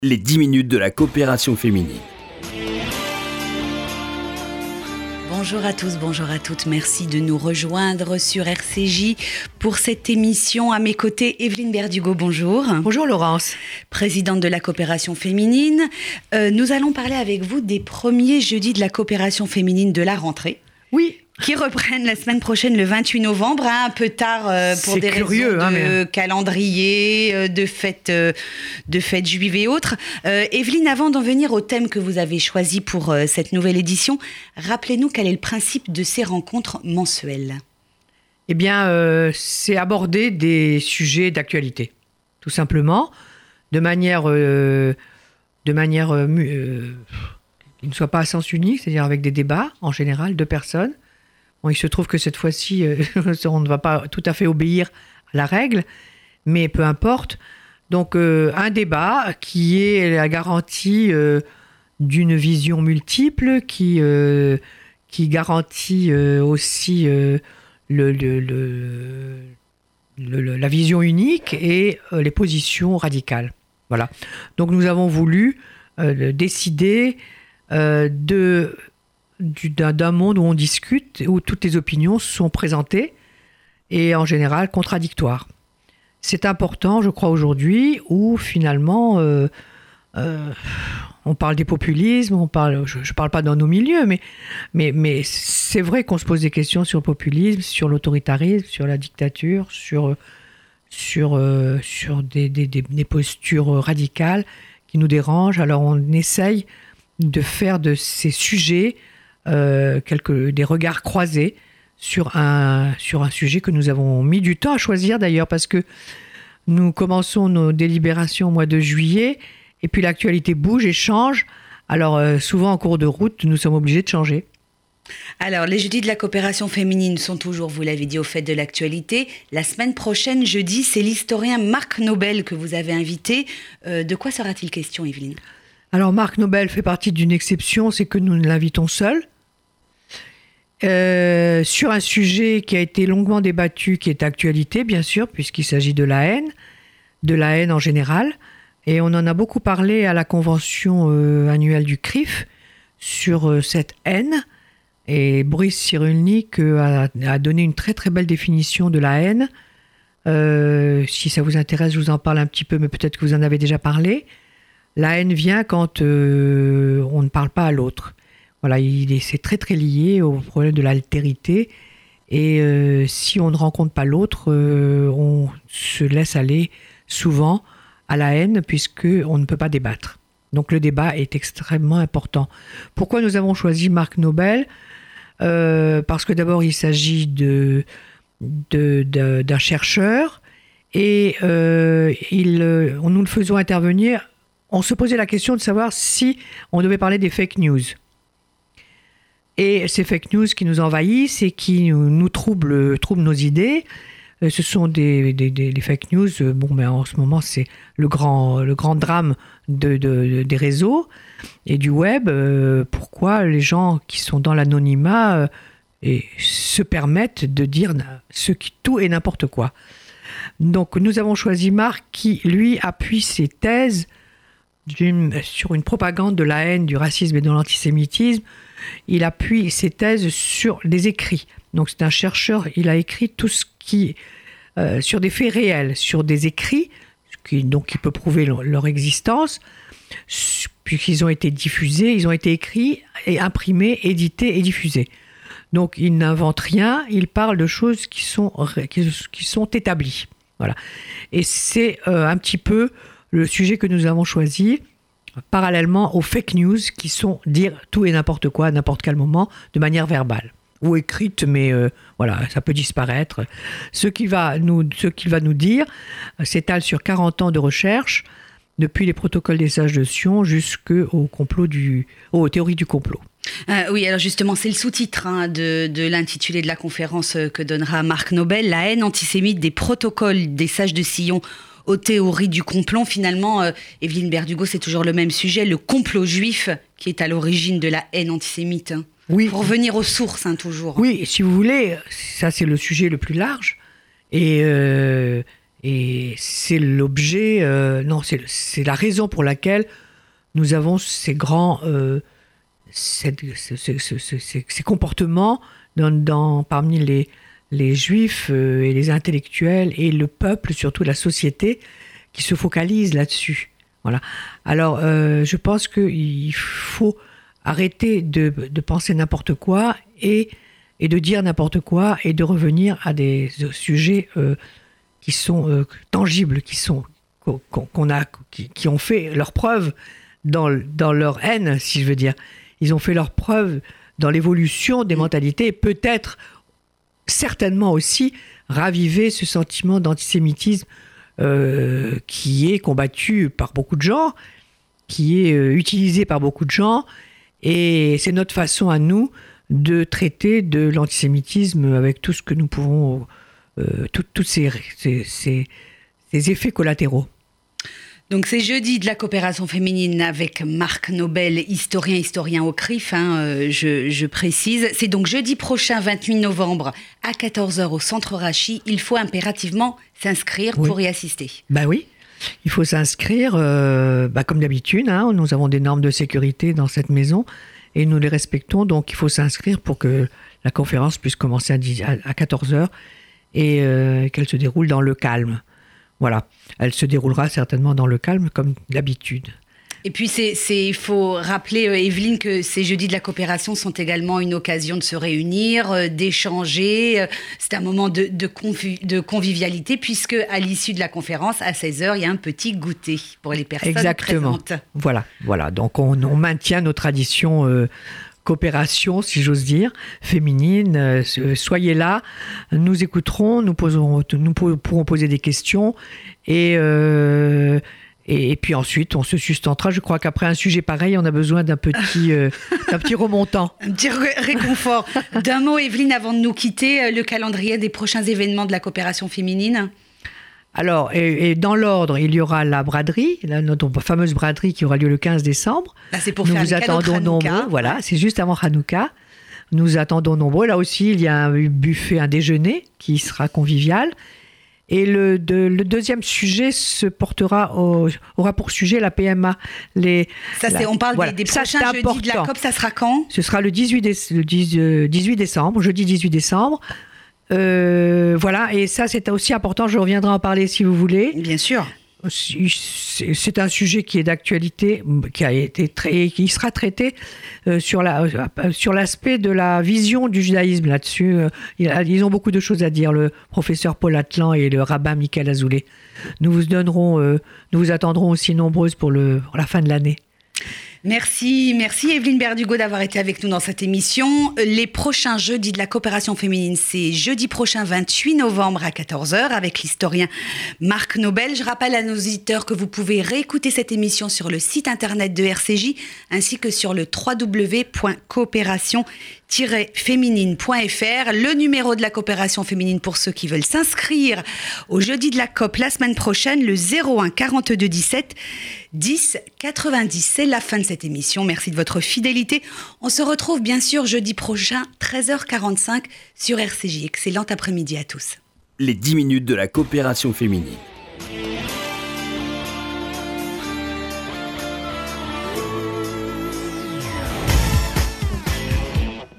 Les 10 minutes de la coopération féminine. Bonjour à tous, bonjour à toutes. Merci de nous rejoindre sur RCJ pour cette émission. À mes côtés, Evelyne Berdugo, bonjour. Bonjour Laurence. Présidente de la coopération féminine. Nous allons parler avec vous des premiers jeudis de la coopération féminine de la rentrée. Oui. Qui reprennent la semaine prochaine, le 28 novembre, un peu tard pour des raisons de calendrier, de fêtes juives et autres. Evelyne, avant d'en venir au thème que vous avez choisi pour cette nouvelle édition, rappelez-nous quel est le principe de ces rencontres mensuelles. Eh bien, c'est aborder des sujets d'actualité, tout simplement, de manière qui ne soit pas à sens unique, c'est-à-dire avec des débats, en général, de personnes. Bon, il se trouve que cette fois-ci, on ne va pas tout à fait obéir à la règle, mais peu importe. Donc, un débat qui est la garantie d'une vision multiple, qui garantit aussi la vision unique et les positions radicales. Voilà. Donc, nous avons voulu décider d'un monde où on discute, où toutes les opinions sont présentées et en général contradictoires. C'est important, je crois, aujourd'hui, où finalement on parle des populismes, je ne parle pas dans nos milieux, mais c'est vrai qu'on se pose des questions sur le populisme, sur l'autoritarisme, sur la dictature, sur des postures radicales qui nous dérangent. Alors on essaye de faire de ces sujets des regards croisés sur un sujet que nous avons mis du temps à choisir d'ailleurs, parce que nous commençons nos délibérations au mois de juillet et puis l'actualité bouge et change. Alors souvent en cours de route, nous sommes obligés de changer. Alors, les jeudis de la coopération féminine sont toujours, vous l'avez dit, au fait de l'actualité. La semaine prochaine, jeudi, c'est l'historien Marc Nobel que vous avez invité. De quoi sera-t-il question, Evelyne ? Alors, Marc Nobel fait partie d'une exception, c'est que nous l'invitons seul. Sur un sujet qui a été longuement débattu, qui est actualité, bien sûr, puisqu'il s'agit de la haine en général. Et on en a beaucoup parlé à la convention annuelle du CRIF sur cette haine. Et Boris Cyrulnik a donné une très très belle définition de la haine. Si ça vous intéresse, je vous en parle un petit peu, mais peut-être que vous en avez déjà parlé. La haine vient quand on ne parle pas à l'autre. Voilà, c'est très très lié au problème de l'altérité. Et si on ne rencontre pas l'autre, on se laisse aller souvent à la haine puisqu'on ne peut pas débattre. Donc le débat est extrêmement important. Pourquoi nous avons choisi Marc Nobel ? Parce que d'abord il s'agit d'un chercheur et nous le faisons intervenir. On se posait la question de savoir si on devait parler des fake news. Et ces fake news qui nous envahissent et qui nous troublent nos idées, ce sont des fake news. Mais en ce moment, c'est le grand drame des réseaux et du web. Pourquoi les gens qui sont dans l'anonymat se permettent de dire tout et n'importe quoi. Donc nous avons choisi Marc qui, lui, appuie ses thèses sur une propagande de la haine, du racisme et de l'antisémitisme. Il appuie ses thèses sur des écrits. Donc c'est un chercheur, il a écrit tout ce qui... sur des faits réels, sur des écrits, qui peut prouver leur existence, puisqu'ils ont été diffusés, ils ont été écrits, et imprimés, édités et diffusés. Donc il n'invente rien, il parle de choses qui sont établies. Voilà. Et c'est un petit peu le sujet que nous avons choisi, parallèlement aux fake news, qui sont dire tout et n'importe quoi, à n'importe quel moment, de manière verbale. Ou écrite, mais voilà, ça peut disparaître. Ce qu'il va nous dire s'étale sur 40 ans de recherche, depuis les protocoles des sages de Sion jusqu'aux théories du complot. Oui, alors justement, c'est le sous-titre de l'intitulé de la conférence que donnera Marc Nobel, la haine antisémite des protocoles des sages de Sion aux théories du complot. Finalement, Evelyne Berdugo, c'est toujours le même sujet, le complot juif qui est à l'origine de la haine antisémite. Oui. Pour revenir aux sources, toujours. Oui, si vous voulez, ça c'est le sujet le plus large. Et Et c'est l'objet, c'est la raison pour laquelle nous avons ces grands, ces comportements parmi les juifs et les intellectuels et le peuple, surtout la société, qui se focalise là-dessus. Voilà. Alors, je pense qu'il faut arrêter de penser n'importe quoi et de dire n'importe quoi et de revenir à des sujets qui sont tangibles, qui ont fait leur preuve dans leur haine, si je veux dire. Ils ont fait leur preuve dans l'évolution des mentalités et peut-être, certainement aussi, raviver ce sentiment d'antisémitisme qui est combattu par beaucoup de gens, qui est utilisé par beaucoup de gens, et c'est notre façon à nous de traiter de l'antisémitisme avec tout ce que nous pouvons, tous ces effets collatéraux. Donc c'est jeudi de la coopération féminine avec Marc Nobel, historien au CRIF, je précise. C'est donc jeudi prochain, 28 novembre, à 14h au Centre Rachi. Il faut impérativement s'inscrire pour y assister. Ben oui, il faut s'inscrire, comme d'habitude. Nous avons des normes de sécurité dans cette maison et nous les respectons. Donc il faut s'inscrire pour que la conférence puisse commencer à 14h et qu'elle se déroule dans le calme. Voilà, elle se déroulera certainement dans le calme comme d'habitude. Et puis il faut rappeler, Evelyne, que ces jeudis de la coopération sont également une occasion de se réunir, d'échanger. C'est un moment de convivialité puisque à l'issue de la conférence, à 16h, il y a un petit goûter pour les personnes présentes. Voilà. Donc on maintient nos traditions coopération, si j'ose dire, féminine. Soyez là, nous écouterons, nous pourrons poser des questions et puis ensuite on se sustentera. Je crois qu'après un sujet pareil, on a besoin d'un petit remontant. Un petit réconfort. D'un mot, Evelyne, avant de nous quitter, le calendrier des prochains événements de la coopération féminine. Alors, et dans l'ordre, il y aura la braderie, notre fameuse braderie qui aura lieu le 15 décembre. C'est pour faire le cadeau de Hanouka. Nombreux, voilà, c'est juste avant Hanouka. Nous attendons nombreux. Là aussi, il y a un buffet, un déjeuner qui sera convivial. Et le deuxième sujet aura pour sujet la PMA. On parle des prochains jeudis de la COP, ça sera quand ? Ce sera le 18 décembre, jeudi 18 décembre. Voilà, et ça c'est aussi important, je reviendrai en parler si vous voulez. Bien sûr. C'est un sujet qui est d'actualité, qui sera traité sur l'aspect de la vision du judaïsme là-dessus. Ils ont beaucoup de choses à dire, le professeur Paul Atlan et le rabbin Michael Azoulay. Nous vous attendrons aussi nombreuses pour la fin de l'année. Merci Evelyne Berdugo d'avoir été avec nous dans cette émission. Les prochains jeudis de la coopération féminine, c'est jeudi prochain 28 novembre à 14h avec l'historien Marc Nobel. Je rappelle à nos auditeurs que vous pouvez réécouter cette émission sur le site internet de RCJ ainsi que sur le www.coopération-féminine.fr. Le numéro de la coopération féminine pour ceux qui veulent s'inscrire au jeudi de la COP la semaine prochaine, le 01 42 17 10 90. C'est la fin de cette émission. Merci de votre fidélité. On se retrouve bien sûr jeudi prochain, 13h45 sur RCJ. Excellent après-midi à tous. Les 10 minutes de la coopération féminine.